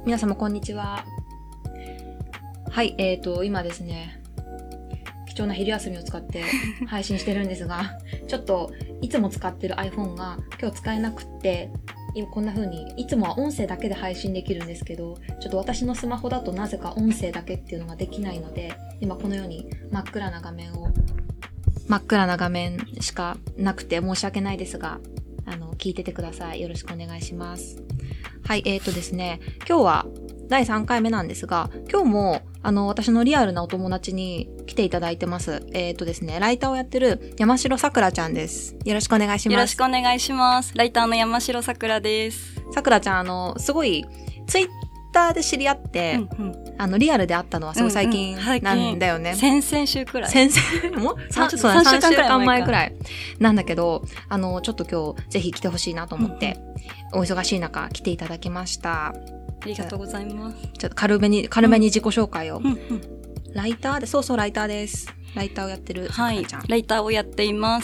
皆様こんにちは。はい、今ですね、貴重な昼休みを使って配信してるんですが、ちょっといつも使ってる iPhone が今日使えなくって、今こんな風にいつもは音声だけで配信できるんですけど、ちょっと私のスマホだとなぜか音声だけっていうのができないので、今このように真っ暗な画面しかなくて申し訳ないですが、聞いててください。よろしくお願いします。はい、ですね、今日は第3回目なんですが、今日も私のリアルなお友達に来ていただいてます。ですね、ライターをやってる山城さくらちゃんです。よろしくお願いします。 よろしくお願いします。ライターの山城さくらです。 さくらちゃん、すごいツイッターで知り合って、リアルで会ったのはすごい最近なんだよね。 先々週くらい。 3週間前くらいなんだけど、ちょっと今日ぜひ来てほしいなと思って、お忙しい中来ていただきました。 ありがとうございます。 ちょっと軽めに自己紹介を。ライターで、そうライターです。ライターをやってるさくらちゃん。 ライターをやっています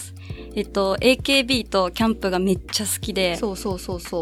。AKB とキャンプがめっちゃ好きで。 そう。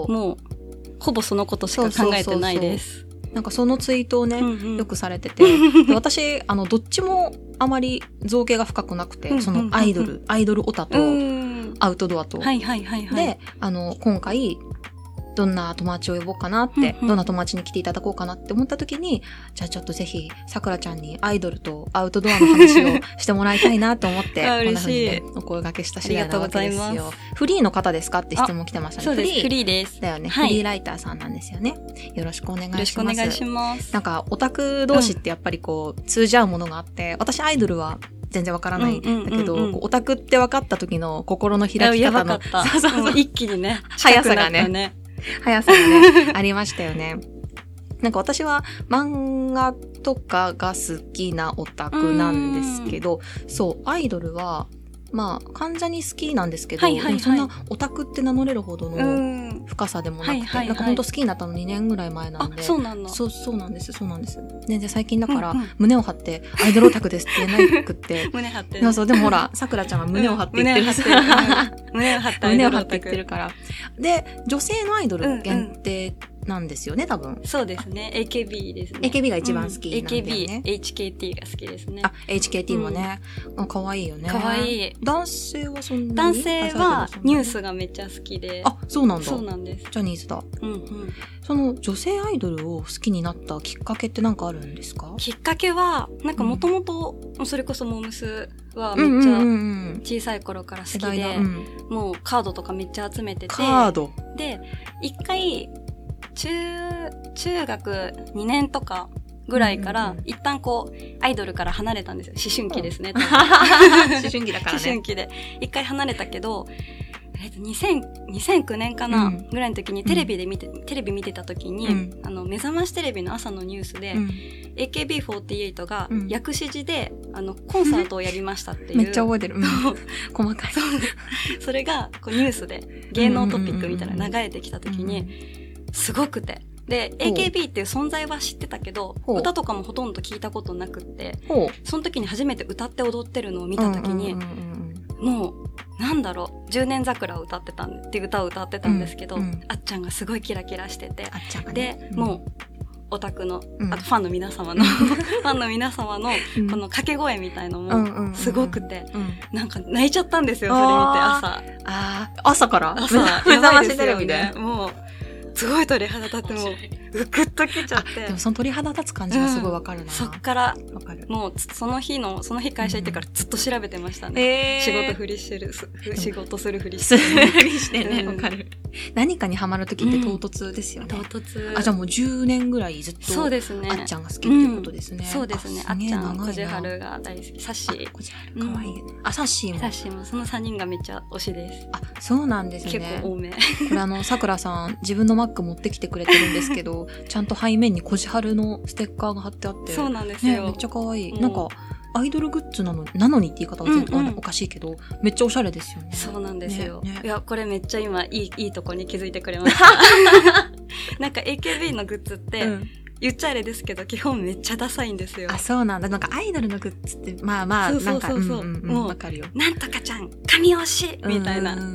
もうほぼそのことしか考えてないです。 なんかそのツイートをね、よくされてて、で私どっちもあまり造形が深くなくて、そのアイドルオタとアウトドアと、で今回どんな友達を呼ぼうかなって、どんな友達に来ていただこうかなって思った時に、じゃあちょっとぜひさくらちゃんにアイドルとアウトドアの話をしてもらいたいなと思ってこんな風にねお声掛けした次第なわけですよ。フリーの方ですかって質問来てましたね。 そうです、フリーですだよね、フリーライターさんなんですよね。よろしくお願いします。 よろしくお願いします。 なんかオタク同士ってやっぱりこう通じ合うものがあって、私アイドルは全然わからないんだけど、オタクって分かった時の心の開き方の一気にね速さがねありましたよね。なんか私は漫画とかが好きなオタクなんですけど、そうアイドルはまあ関ジャニ好きなんですけど、でもそんなオタクって名乗れるほどの深さでもなくて、なんか本当好きになったの2年ぐらい前なんで。 そうなんだ。 そうなんです。全然最近だから、胸を張ってアイドルオタクですって言えなくって胸張ってそうでもほらさくらちゃんは胸を張って言ってる胸を張って言ってるからで、女性のアイドル限定なんですよね、多分。 そうですね。AKB ですね。 AKB が一番好きなんだよね。 AKB、HKT が好きですね。 HKT もね。可愛いよね。 可愛い。 男性はそんなに？ 男性はニュースがめっちゃ好きで。 そうなんだ。 そうなんです。 ジャニーズだ。その女性アイドルを好きになったきっかけって何かあるんですか？ きっかけは、なんかもともと、それこそモームスはめっちゃ小さい頃から好きで、もうカードとかめっちゃ集めてて。 カードで、一回、中学2年とかぐらいから、一旦こう、アイドルから離れたんですよ。思春期ですね。 思春期だからね。 思春期で。一回離れたけど、2009年かな、ぐらいの時にテレビ見てた時に、目覚ましテレビの朝のニュースで、AKB48 が薬師寺で、コンサートをやりましたっていう。 めっちゃ覚えてる。細かい。 それがこうニュースで芸能トピックみたいな流れてきた時に、すごくて。で、AKB っていう存在は知ってたけど、歌とかもほとんど聞いたことなくって、その時に初めて歌って踊ってるのを見た時に、もう、なんだろう、10年桜を歌ってたっていう歌を歌ってたんですけど、あっちゃんがすごいキラキラしてて、で、もう、オタクの、あとファンの皆様の、この掛け声みたいのも、すごくて、なんか泣いちゃったんですよ、それ見て、朝。 朝から目覚ましテレビで。もう、すごい鳥肌立ってもうグッときちゃって。 でもその鳥肌立つ感じがすごいわかるな。 そっからもうその日会社行ってからずっと調べてましたね。仕事するふりしてね。わかる。何かにハマる時って唐突ですよね。 唐突。 じゃあもう10年ぐらいずっとそうですね。 あっちゃんが好きっていうことですね。 そうですね。あっちゃん、こじはるが大好き。サッシー。 こじはる可愛いよね。サッシーも。 その3人がめっちゃ推しです。 そうなんですね。 結構多め。これさくらさん自分のマック持ってきてくれてるんですけど、ちゃんと背面にこじはるのステッカーが貼ってあって、 そうなんですよ。 めっちゃ可愛い。なんかアイドルグッズなのにって言い方は全然おかしいけど、めっちゃおしゃれですよね。 そうなんですよ。いや、これめっちゃ今いいとこに気づいてくれました。なんか AKB のグッズって、言っちゃあれですけど、基本めっちゃダサいんですよ。 そうなんだ。なんかアイドルのグッズって、まあ、なんか、わかるよ。 なんとかちゃん、神推しみたいな。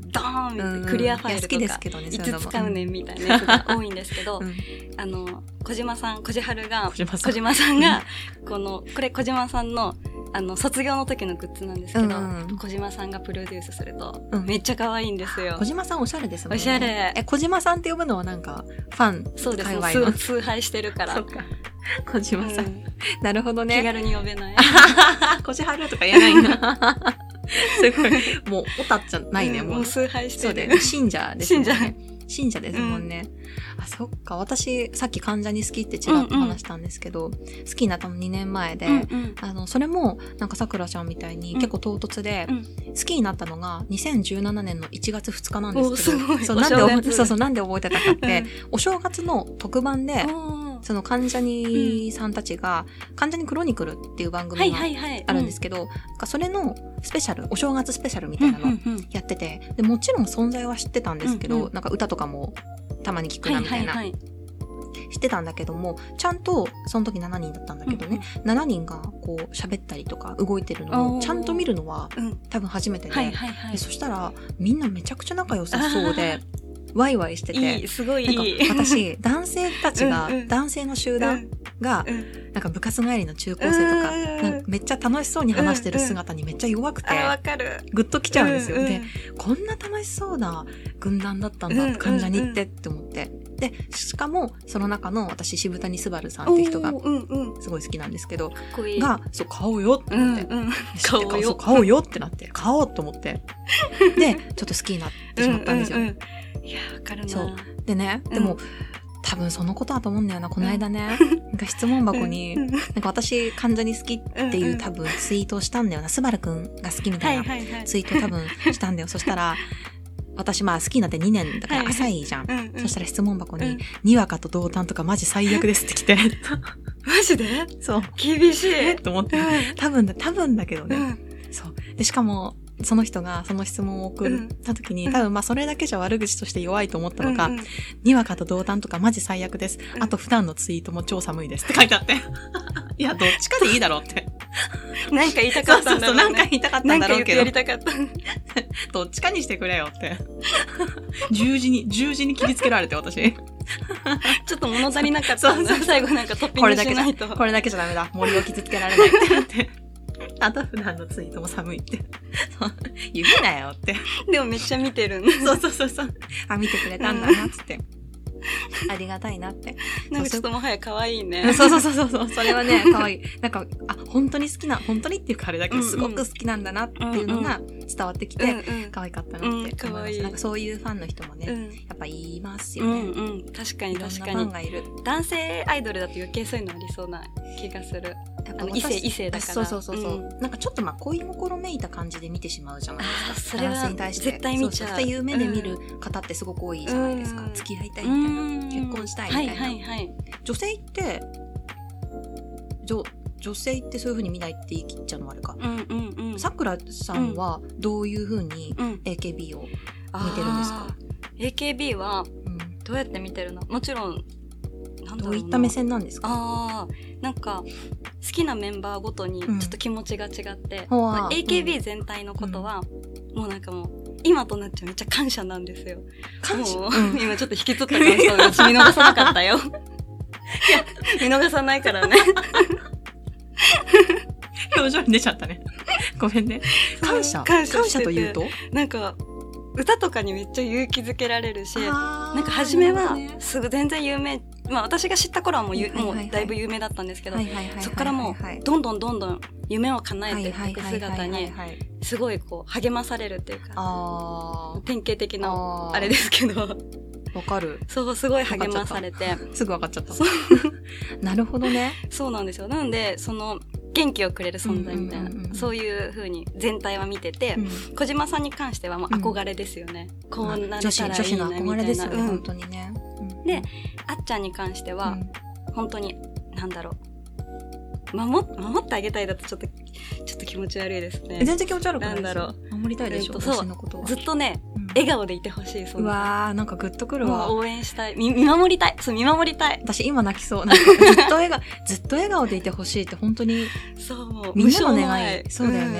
ドーンみたいなクリアファイルとかいつ使うねんみたいなやつが多いんですけど、小島さん、小島春が、小島さんが、これ小島さんの、卒業の時のグッズなんですけど、小島さんがプロデュースすると、めっちゃ可愛いんですよ。 小島さんおしゃれですもんね。 おしゃれ。 小島さんって呼ぶのはなんか、ファン、 そうですね。崇拝してるから。 そうか。小島さん。なるほどね。 気軽に呼べない。 小島春とか言えないな。すごい。もう、オタじゃないね。 もう崇拝してる。 そうで、信者ですもんね。信者ですもんね。あ、そっか。私、さっき関ジャニ好きってちらっと話したんですけど、好きになったの2年前で、それも、なんかさくらちゃんみたいに結構唐突で、好きになったのが2017年の1月2日なんですけど、そう、なんで覚えてたかって、お正月の特番で、その関ジャニさんたちが、関ジャニクロニクルっていう番組があるんですけど、それのスペシャル、お正月スペシャルみたいなのやってて、でもちろん存在は知ってたんですけど、なんか歌とかもたまに聞くなみたいな、知ってたんだけども、ちゃんとその時7人だったんだけどね、7人がこう喋ったりとか動いてるのをちゃんと見るのは多分初めてで、そしたらみんなめちゃくちゃ仲良さそうで、ワイワイしてて、 すごいいい。 私、男性たちが、男性の集団が、なんか部活帰りの中高生とか、なんかめっちゃ楽しそうに話してる姿にめっちゃ弱くて、グッときちゃうんですよ。で、こんな楽しそうな軍団だったんだ、関ジャニって思って。で、しかも、その中の私、渋谷昴さんって人が、すごい好きなんですけど、が、そう、買おうよって思って、買おうよってなって、買おうと思って、で、ちょっと好きになってしまったんですよ。 いや、わかるな。 そう。でね、でも、多分そのことだと思うんだよな。この間ね、なんか質問箱に、なんか私、関ジャニ好きっていう多分ツイートをしたんだよな。スバルくんが好きみたいなツイートを多分したんだよ。そしたら、私好きになって2年だから浅いじゃん。そしたら質問箱に、にわかと同担とかマジ最悪ですって来て。 マジで？ そう。 厳しい。 と思って。多分だけどね。そう。で、しかも、その人がその質問を送った時に、多分それだけじゃ悪口として弱いと思ったのか、にわかと同担とかマジ最悪です。あと普段のツイートも超寒いですって書いてあって。いや、どっちかでいいだろうって。 なんか言いたかったんだろうね。 なんか言いたかったんだろうけど。 やりたかった。 どっちかにしてくれよって。十字に切りつけられて、私。 ちょっと物足りなかったんだ。最後なんかトッピングしないと。 これだけじゃダメだ。森を傷つけられないってなって。あと普段のツイートも寒いって。言うなよって。 でもめっちゃ見てるんそう。あ、見てくれたんだな、つって。ありがたいなって。 なんかちょっともはや可愛いね。 そう。それはね、可愛い。なんか、本当にっていうかあれだけど、すごく好きなんだなっていうのが伝わってきて、可愛かったなって思います。なんかそういうファンの人もね、やっぱ言いますよね。 確かに。 ファンがいる。 男性アイドルだと余計そういうのありそうな気がする。異性だから。 そう。なんかちょっと恋心めいた感じで見てしまうじゃないですか。 それは絶対見ちゃう。 そういう目で見る方ってすごく多いじゃないですか。付き合いたいみたいな。結婚したいみたいな。女性って女性ってそういう風に見ないって言い切っちゃうのもあるか。さくらさんはどういう風に AKB を見てるんですか？ AKB はどうやって見てるの？もちろんどういった目線なんですか？ なんか好きなメンバーごとにちょっと気持ちが違って、AKB 全体のことは、もうなんかもう今となっちゃめっちゃ感謝なんですよ。 感謝？ 今ちょっと引きつった感じが私見逃さなかったよ。いや、見逃さないからね。 表情に出ちゃったね。ごめんね。感謝というと？ なんか歌とかにめっちゃ勇気づけられるし、なんか初めはすぐ全然有名、私が知った頃はもうだいぶ有名だったんですけど、そこからもうどんどん夢を叶えていく姿にすごいこう励まされるっていうか、典型的なあれですけど、 わかる。 そう、すごい励まされて。 すぐわかっちゃった。なるほどね。 そうなんですよ。なので、元気をくれる存在みたいな、そういう風に全体は見てて、小島さんに関してはもう憧れですよね。こうなれたらいいなみたいな。 女子の憧れですよね、本当にね。 で、あっちゃんに関しては、本当に、守ってあげたいだとちょっと気持ち悪いですね。 全然気持ち悪くないですよ。守りたいでしょ、私のことは。 ずっとね、笑顔でいてほしい。 うわー、なんかグッとくるわ。 応援したい。見守りたい。そう、見守りたい。 私今泣きそう。なんかずっと笑顔でいてほしいって本当に、みんなの願い。そうだよね。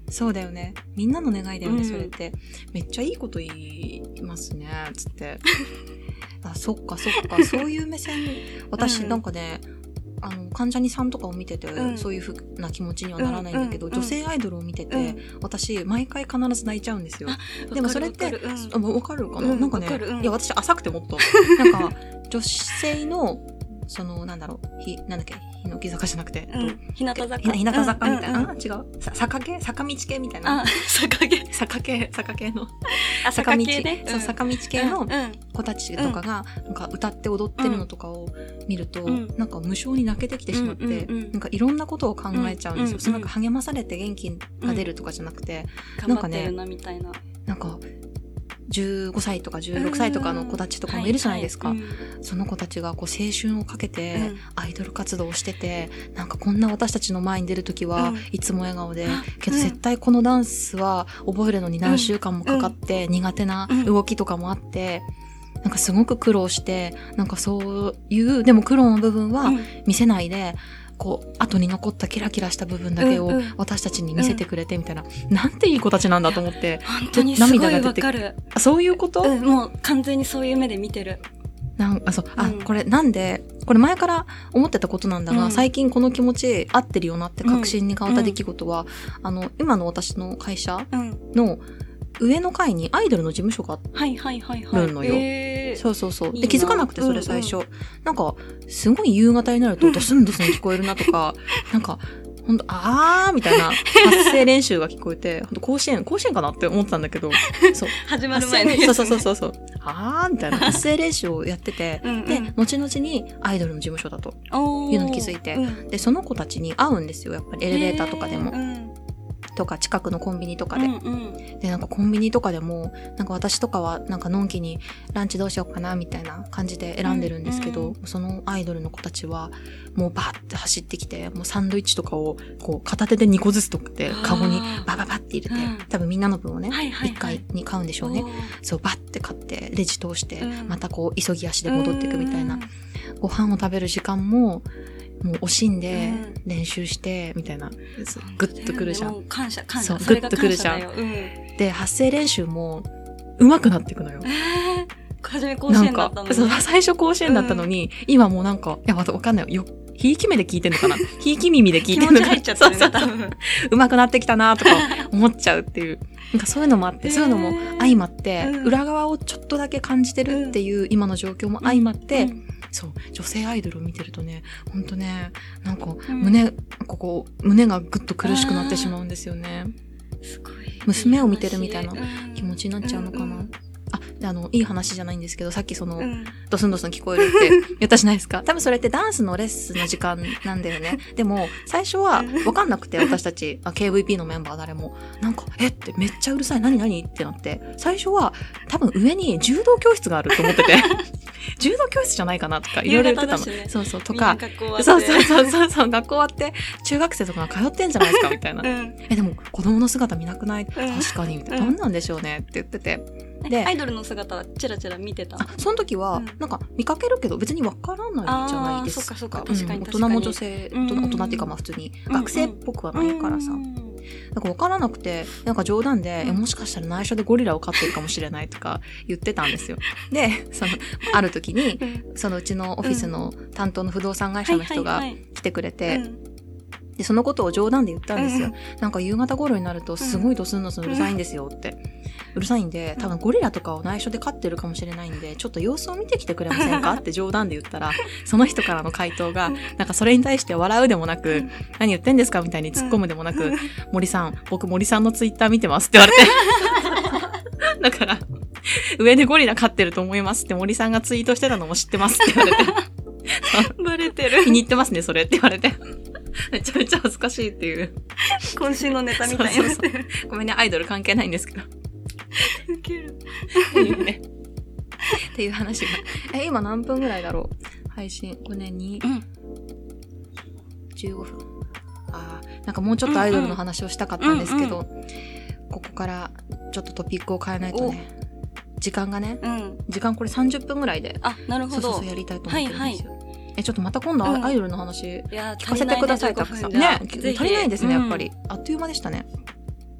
そうだよね。みんなの願いだよね、それって。めっちゃいいこと言いますね、つって。あ、そっか、そういう目線、私なんかね、関ジャニさんとかを見てて、そういうふうな気持ちにはならないんだけど、女性アイドルを見てて、私、毎回必ず泣いちゃうんですよ。でもそれって、わかるかな、なんかね、いや、私浅くてもっと。なんか、女性の、なんだろう、なんだっけ、日の木坂じゃなくて、 日向坂。 日向坂みたいな。違う。坂道系みたいな。坂系の。 坂道ね。 そう、坂道系の子たちとかが、なんか歌って踊ってるのとかを見ると、なんか無性に泣けてきてしまって、なんかいろんなことを考えちゃうんですよ。なんか励まされて元気が出るとかじゃなくて、 なんかね、 なんか、15歳とか16歳とかの子たちとかもいるじゃないですか。その子たちがこう青春をかけてアイドル活動をしてて、なんかこんな私たちの前に出るときはいつも笑顔で、けど絶対このダンスは覚えるのに何週間もかかって苦手な動きとかもあって、なんかすごく苦労して、なんかそういう、でも苦労の部分は見せないで、こう、後に残ったキラキラした部分だけを私たちに見せてくれてみたいな、なんていい子たちなんだと思って。 本当にすごいわかる。 そういうこと？ もう完全にそういう目で見てる。 これなんで、これ前から思ってたことなんだが、最近この気持ち合ってるよなって確信に変わった出来事は、今の私の会社の上の階にアイドルの事務所があるのよ。そう。で、気づかなくてそれ最初。なんか、すごい夕方になるとドスンドスン聞こえるなとか、なんか、ほんと、みたいな発声練習が聞こえて、ほんと甲子園かなって思ってたんだけど、そう。 始まる前に。 そう。みたいな発声練習をやってて、で、後々にアイドルの事務所だというのに気づいて、で、その子たちに会うんですよ、やっぱりエレベーターとかでも。とか近くのコンビニとかで、でなんかコンビニとかでもなんか私とかはなんかのんきにランチどうしようかなみたいな感じで選んでるんですけど、そのアイドルの子たちはもうバーって走ってきて、もうサンドイッチとかをこう片手で2個ずつ取ってカゴにバババって入れて、多分みんなの分をね、1回に買うんでしょうね。そうバッて買ってレジ通して、またこう急ぎ足で戻っていくみたいな、ご飯を食べる時間ももう惜しんで練習してみたいな、グッとくるじゃん。 感謝。 そう、グッとくるじゃん。で、発声練習も上手くなっていくのよ。 初め甲子園だったのに。 そう、最初甲子園だったのに、今もうなんか、いや、わかんないよ。ひいき目で聞いてんのかなひいき耳で聞いてんのかな。 気持ち入っちゃったね、多分。 上手くなってきたなとか思っちゃうっていう。なんかそういうのもあって、そういうのも相まって、裏側をちょっとだけ感じてるっていう今の状況も相まって、そう、女性アイドルを見てるとね、ほんとね、なんか胸がぐっと苦しくなってしまうんですよね。 すごい。 娘を見てるみたいな気持ちになっちゃうのかな。いい話じゃないんですけど、さっきドスンドスン聞こえるって言ったじゃないですか。多分それってダンスのレッスンの時間なんだよね。でも、最初は分かんなくて、私たち、KVP のメンバー誰も、なんか、ってめっちゃうるさい、何ってなって、最初は多分上に柔道教室があると思ってて、柔道教室じゃないかなとか、いろいろ言ってたの。そう、とか、そう、学校終わって、中学生とかが通ってんじゃないですか、みたいな。でも、子供の姿見なくない？確かに、みたいな。どんなんでしょうねって言ってて。 で、アイドルの姿はチラチラ見てた？ その時は、なんか見かけるけど別にわからないじゃないですか。 そうか、確かに。 大人も女性、大人っていうかまあ普通に、学生っぽくはないからさ。なんかわからなくて、なんか冗談で、もしかしたら内緒でゴリラを飼ってるかもしれないとか言ってたんですよ。で、ある時に、うちのオフィスの担当の不動産会社の人が来てくれて、で、そのことを冗談で言ったんですよ。なんか夕方頃になるとすごいドスンドスンうるさいんですよって。うるさいんで、多分ゴリラとかを内緒で飼ってるかもしれないんで、ちょっと様子を見てきてくれませんかって冗談で言ったら、その人からの回答が、なんかそれに対して笑うでもなく、何言ってんですかみたいに突っ込むでもなく、森さん、僕森さんのツイッター見てますって言われて。だから、上でゴリラ飼ってると思いますって森さんがツイートしてたのも知ってますって言われて。 バレてる。 気に入ってますね、それって言われて。めちゃめちゃ恥ずかしいっていう。 渾身のネタみたいになってる。 ごめんね、アイドル関係ないんですけど。 ウケる。 っていうね。っていう話が。今何分ぐらいだろう？配信。これに、15分。なんかもうちょっとアイドルの話をしたかったんですけど、ここからちょっとトピックを変えないとね。時間がね、時間これ30分ぐらいで、 なるほど。 そうやりたいと思ってるんですよ。ちょっとまた今度アイドルの話聞かせてください、たくさん。ね、足りないですね、やっぱり。あっという間でしたね。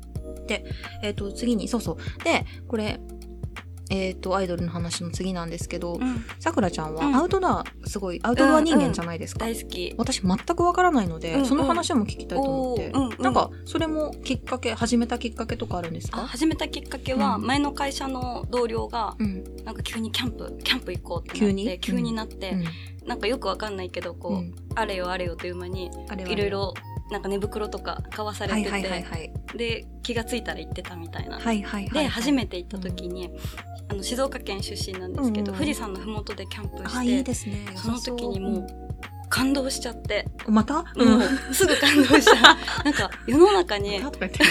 で、次に、そうそう。で、これ、アイドルの話の次なんですけど、さくらちゃんはアウトドア、すごい、アウトドア人間じゃないですか。 大好き。 私全くわからないので、その話も聞きたいと思って。なんか、それも始めたきっかけとかあるんですか？ 始めたきっかけは、前の会社の同僚が、なんか急にキャンプ行こうってなって、急になって、なんかよくわかんないけど、こう、あれよという間に、いろいろ、なんか寝袋とか買わされてて、で、気がついたら行ってたみたいな。で、初めて行った時に、静岡県出身なんですけど、富士山のふもとでキャンプして、 いいですね。 その時にもう、感動しちゃって。 また？ もう、すぐ感動した。なんか、世の中に、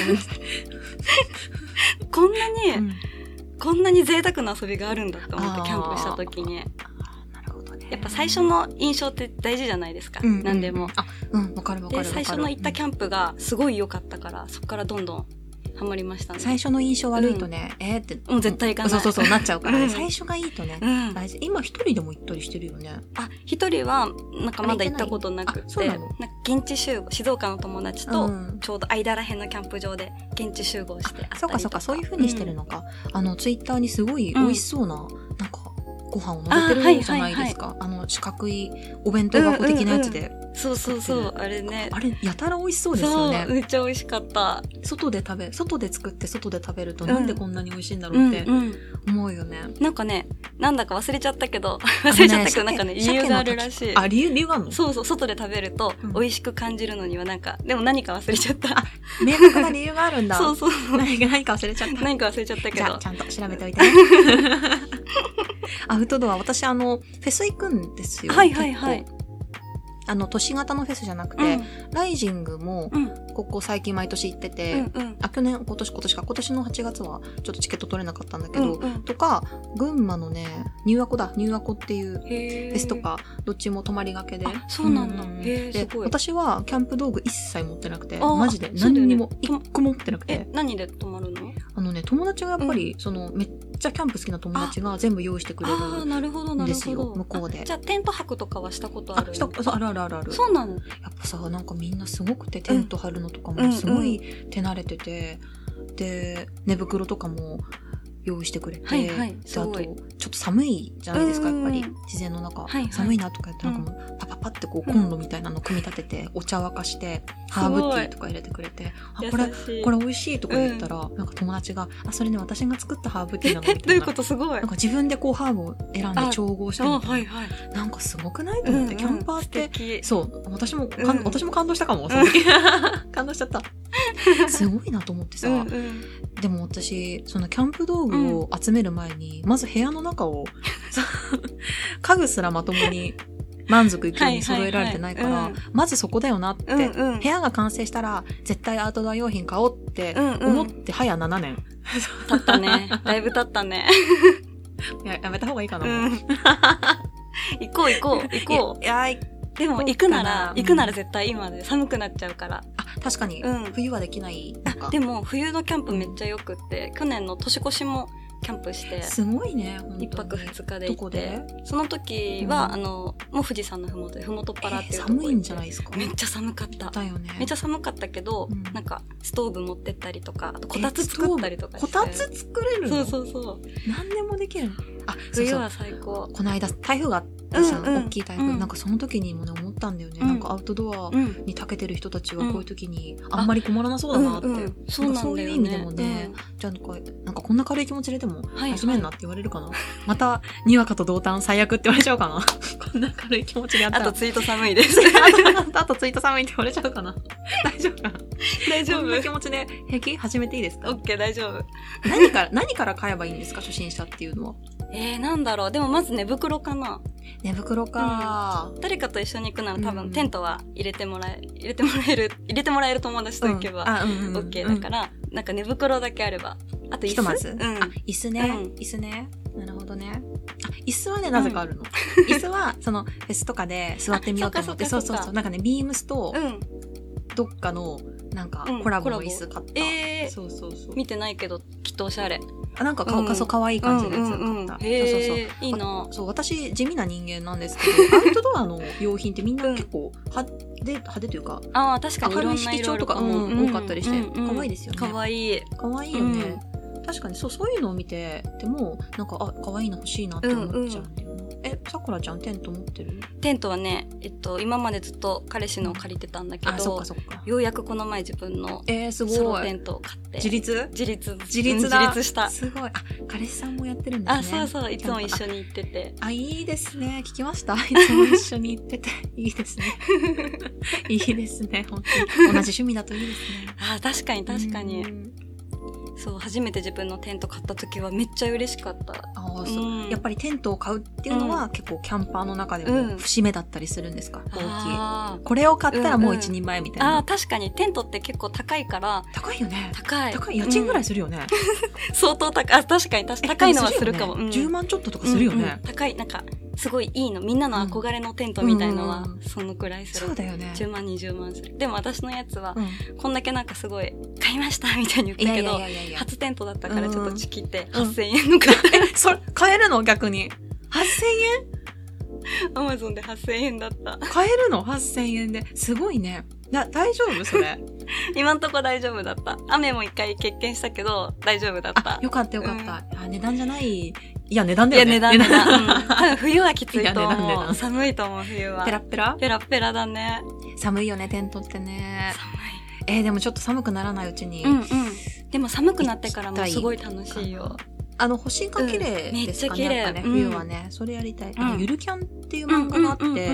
こんなに贅沢な遊びがあるんだと思ってキャンプした時に。やっぱ最初の印象って大事じゃないですか。何でも。 わかる。 で、最初の行ったキャンプがすごい良かったから、そこからどんどんハマりましたね。 最初の印象悪いとね、って。 絶対行かない。 そう、なっちゃうからね。最初がいいとね、大事。今一人でも行ったりしてるよね。 一人は、なんかまだ行ったことなくて、現地集合、静岡の友達と、ちょうど間らへんのキャンプ場で現地集合して。 そうか、そういう風にしてるのか。ツイッターにすごい美味しそうな、なんか、ご飯を乗せてるじゃないですか。四角いお弁当箱的なやつで。 そう、あれね。 あれ、やたら美味しそうですよね。 めっちゃ美味しかった。 外で作って外で食べると、なんでこんなに美味しいんだろうって思うよね。 なんかね、なんだか忘れちゃったけど、なんかね、理由があるらしい。 理由があるの？ そう、外で食べると美味しく感じるのにはなんか、でも何か忘れちゃった。 明確な理由があるんだ。 そう。 何か忘れちゃった。 何か忘れちゃったけど。 じゃあ、ちゃんと調べておいてね。アウトドア、私フェス行くんですよ。都市型のフェスじゃなくて、ライジングも、ここ最近毎年行ってて、今年の8月はちょっとチケット取れなかったんだけど、とか、群馬のね、ニューアコっていうフェスとか、どっちも泊まりがけで。 そうなんだ。 で、私はキャンプ道具一切持ってなくて、マジで何にも一個も持ってなくて。 何で泊まるの？ 友達がやっぱり、めっちゃキャンプ好きな友達が全部用意してくれるんですよ、向こうで。 じゃあ、テント泊とかはしたことある？ ある。 そうなの？ やっぱさ、なんかみんなすごくて、テント張るのとかもすごい手慣れてて、で、寝袋とかも用意してくれて、あと、ちょっと寒いじゃないですか、やっぱり。自然の中。寒いなとかやって、なんかもう、パパってこう、コンロみたいなの組み立てて、お茶沸かして、ハーブティーとか入れてくれて、これ美味しいとか言ったら、なんか友達が、それね、私が作ったハーブティーなのみたいな。 どういうこと？すごい。 なんか自分でこう、ハーブを選んで調合してみたいな。なんかすごくないと思って、キャンパーって、そう、私も感動したかも、その時。感動しちゃった。すごいなと思ってさ。でも私、そのキャンプ道具を集める前に、まず部屋の中を、家具すらまともに満足いくように揃えられてないから、まずそこだよなって、部屋が完成したら、絶対アウトドア用品買おうって思って、早7年。 経ったね。だいぶ経ったね。 やめた方がいいかな。 行こう。でも行くなら絶対今で寒くなっちゃうから。 確かに。冬はできないのか。 でも冬のキャンプめっちゃよくって、去年の年越しもキャンプして。 すごいね、本当に。 1泊2日で行って。 どこで？ その時は、もう富士山のふもとで、ふもとっぱらっていうとこ寒いんじゃないですか？ めっちゃ寒かった。 だよね。 めっちゃ寒かったけど、なんか、ストーブ持ってったりとか、あとこたつ作ったりとかして。 こたつ作れるの？ そう。 何でもできるの。 冬は最高。 この間、台風があったじゃん。大きい台風。なんかその時にもね、思ったんだよね。なんかアウトドアに長けてる人たちはこういう時にあんまり困らなそうだなって。そういう意味でもね、じゃあなんかこんな軽い気持ちででも始めんなって言われるかな。また、にわかと同担最悪って言われちゃうかな。こんな軽い気持ちでやったら。 あとツイート寒いです。 あとツイート寒いって言われちゃうかな。大丈夫かな？ 大丈夫。 こんな気持ちで平気？始めていいですか？ OK、大丈夫。 何から買えばいいんですか？初心者っていうのは。 なんだろう。でもまず寝袋かな。 寝袋か、 誰かと一緒に行くなら多分テントは入れてもらえる友達と行けば OK だから、なんか寝袋だけあれば。あと椅子。 ひとまず。椅子ね。椅子ね。なるほどね。椅子はね、なぜかあるの。椅子は、フェスとかで座ってみようと思って、そう。なんかね、ビームスと、どっかの、なんか、コラボの椅子買った。 そう。見てないけど、きっとおしゃれ。 なんかそう可愛い感じのやつだった。そういいな。 そう、私地味な人間なんですけど、アウトドアの用品ってみんな結構派手というか、 確かに明るい色調とか多かったりして可愛いですよね。 可愛い。 可愛いよね。確かにそういうのを見てでもなんか可愛いの欲しいなって思っちゃうんだよな。さくらちゃんテント持ってる？ テントはね、今までずっと彼氏のを借りてたんだけど、ようやくこの前自分のソロテントを買って。 自立した。 すごい。彼氏さんもやってるんですね。 そう、いつも一緒に行ってて。 いいですね。聞きました。いつも一緒に行ってて。いいですね。いいですね。本当に。同じ趣味だといいですね。 確かに。そう、初めて自分のテント買った時はめっちゃ嬉しかった。 やっぱりテントを買うっていうのは、結構キャンパーの中でも節目だったりするんですか？大きい。これを買ったらもう一人前みたいな。 確かにテントって結構高いから。 高いよね。 高い。 家賃ぐらいするよね。 相当高い。確かに高いのはするかも。 10万ちょっととかするよね。 高い。なんかすごいいいの。みんなの憧れのテントみたいのはそのくらいする。 そうだよね。 10万20万する。でも私のやつはこんだけなんかすごい買いましたみたいに言ったけど、初テントだったからちょっとチキって8000円の買って。 それ買えるの？逆に 8000円？ アマゾンで8000円だった。 買えるの？8000円で。すごいね。大丈夫それ？ 今んとこ大丈夫だった。雨も一回経験したけど大丈夫だった。 よかった。値段じゃない。いや、値段だよね。 いや、値段。多分冬はきついと思う。寒いと思う、冬は。 ペラッラだね。寒いよね、テントってね。寒い。でもちょっと寒くならないうちに。 でも寒くなってからもすごい楽しいよ。 星が綺麗ですかね、やっぱね、冬はね。それやりたい。ゆるキャンっていう漫画があって、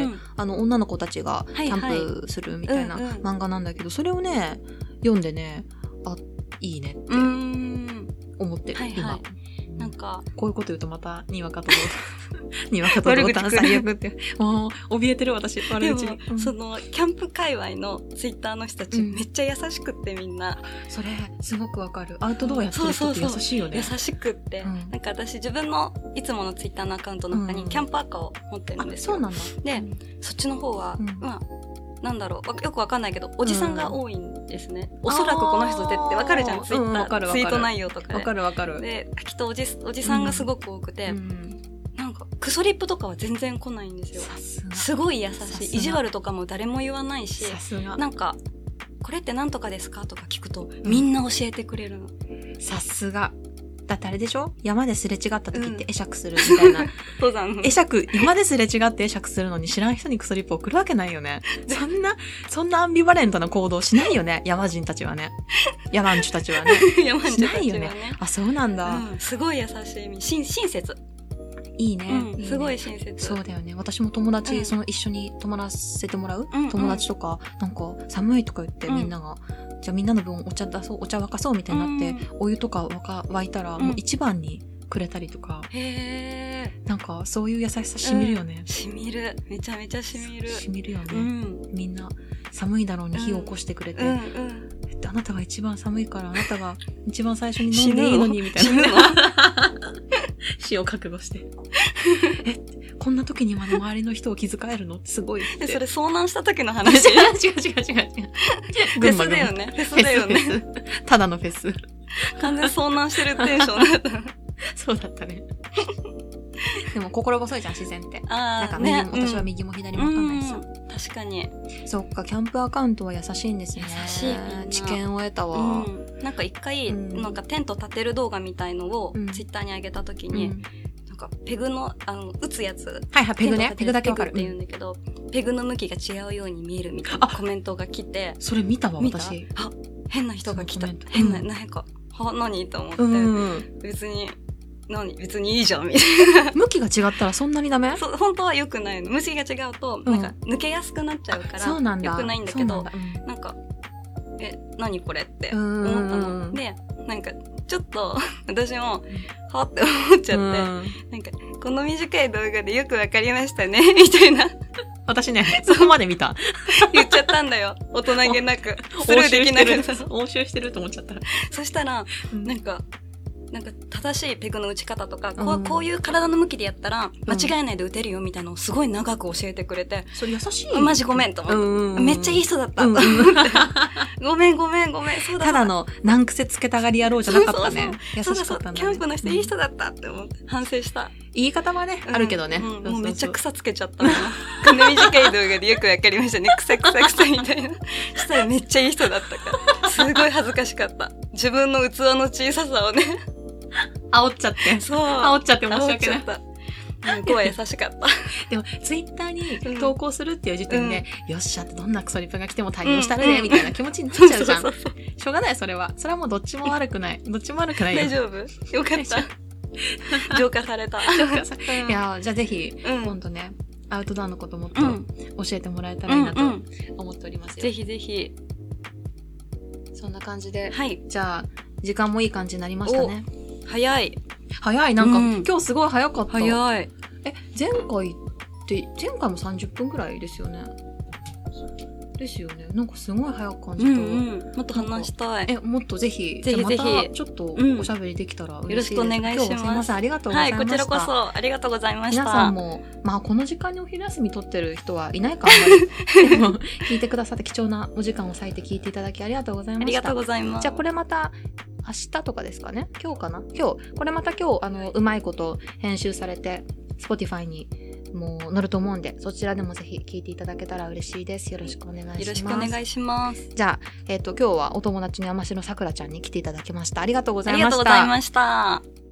女の子たちがキャンプするみたいな漫画なんだけど、それをね、読んでね、いいねって思ってる、今。 なんかこういうこと言うとまたにわかと同担最悪ってもう怯えてる私悪口に。 そのキャンプ界隈のツイッターの人たち、めっちゃ優しくってみんな。 それすごくわかる。アウトドアやってる人って優しいよね。 優しくって、なんか私自分のいつものツイッターのアカウントの中にキャンパーカーを持ってるんですよ。 そうなんだ。 で、そっちの方は、なんだろう、よくわかんないけどおじさんが多いんですね。おそらくこの人ってわかるじゃん、ツイッターツイート内容とかで。 わかる。 で、きっとおじさんがすごく多くて、なんかクソリップとかは全然来ないんですよ。すごい優しい。意地悪とかも誰も言わないし、なんかこれって何とかですかとか聞くとみんな教えてくれるの。 さすが。だってあれでしょ？山ですれ違った時って会釈するみたいな。 登山。 会釈、山ですれ違って会釈するのに知らん人にクソリップ送るわけないよね。そんなアンビバレントな行動しないよね。山人たちはね。山んちゅたちはね。 山んちゅたちはね。しないよね。 そうなんだ。 すごい優しい意味。親切。 いいね。 すごい親切。 そうだよね。私も友達、一緒に泊まらせてもらう友達とか、なんか寒いとか言ってみんなが、じゃあみんなの分お茶沸かそうみたいになって、お湯とか沸いたらもう一番にくれたりとか。なんかそういう優しさしみるよね。 しみる。めちゃめちゃしみる。 しみるよね。みんな寒いだろうに火を起こしてくれて、あなたが一番寒いからあなたが一番最初に飲んでいいのにみたいな。死を覚悟して。こんな時にまで周りの人を気遣えるのってすごいって。 それ遭難した時の話。 違う。 フェスだよね。フェスだよね。 ただのフェス。 完全遭難してるテンションだった。 そうだったね。でも心細いじゃん、自然って。なんか私は右も左もわかんないしさ。 確かに。 そっか、キャンプアカウントは優しいんですね。 優しい。 知見を得たわ。 なんか一回、なんかテント立てる動画みたいのをツイッターに上げたときに、なんかペグの、打つやつ。 ペグね。ペグだけわかる。 って言うんだけど、ペグの向きが違うように見えるみたいなコメントが来て。 それ見たわ、私。 変な人が来た。なんか、何と思って。別にいいじゃんみたいな。 向きが違ったらそんなにダメ？ そう、本当は良くないの。向きが違うと、なんか抜けやすくなっちゃうから、良くないんだけど、なんか、何これって思ったの。で、なんか、ちょっと、私も、はって思っちゃって、なんか、この短い動画でよくわかりましたね、みたいな。 私ね、そこまで見た。 言っちゃったんだよ。大人げなく。スルーできなくて。 応酬してると思っちゃった。 そしたら、なんか、 なんか正しいペグの打ち方とか、こういう体の向きでやったら間違えないで打てるよみたいなのをすごい長く教えてくれて、 それ優しい。 マジごめんと思って、めっちゃいい人だった、ごめんそうだ、 ただの難癖つけたがり野郎じゃなかったね。優しかったんだね。 キャンプの人いい人だったって思って反省した。 言い方はね、あるけどね。 もうめっちゃ草つけちゃったな。この短い動画でよくわかりましたね。草みたいな。したらめっちゃいい人だったから。すごい恥ずかしかった。自分の器の小ささをね。 煽っちゃって。 そう。 煽っちゃって申し訳ない。 向こうは優しかった。 でも、ツイッターに投稿するっていう時点で、よっしゃってどんなクソリプが来ても対応したるね、みたいな気持ちになっちゃうじゃん。しょうがない、それは。それはもうどっちも悪くない。どっちも悪くないよ。 大丈夫？よかった。浄化された。 いや、じゃあぜひ、今度ね、アウトドアのこともっと教えてもらえたらいいなと思っておりますよ。 ぜひぜひ。 そんな感じで、じゃあ、時間もいい感じになりましたね。 早い。 なんか、今日すごい早かった。 早い。 前回も30分くらいですよね。ですよね。なんかすごい早く感じた。 もっと話したい。 もっとぜひまたちょっとおしゃべりできたら嬉しいです。 よろしくお願いします。 今日すみません、ありがとうございました。 こちらこそありがとうございました。 皆さんもこの時間にお昼休み取ってる人はいないかあんまり聞いてくださって貴重なお時間を割いて聞いていただきありがとうございました。 ありがとうございます。 じゃあこれまた明日とかですかね。今日これまた今日うまいこと編集されて Spotify にもう載ると思うんで、そちらでもぜひ聞いていただけたら嬉しいです。よろしくお願いします。 よろしくお願いします。 じゃあ、今日はお友達の山城さくらちゃんに来ていただきました。ありがとうございました。 ありがとうございました。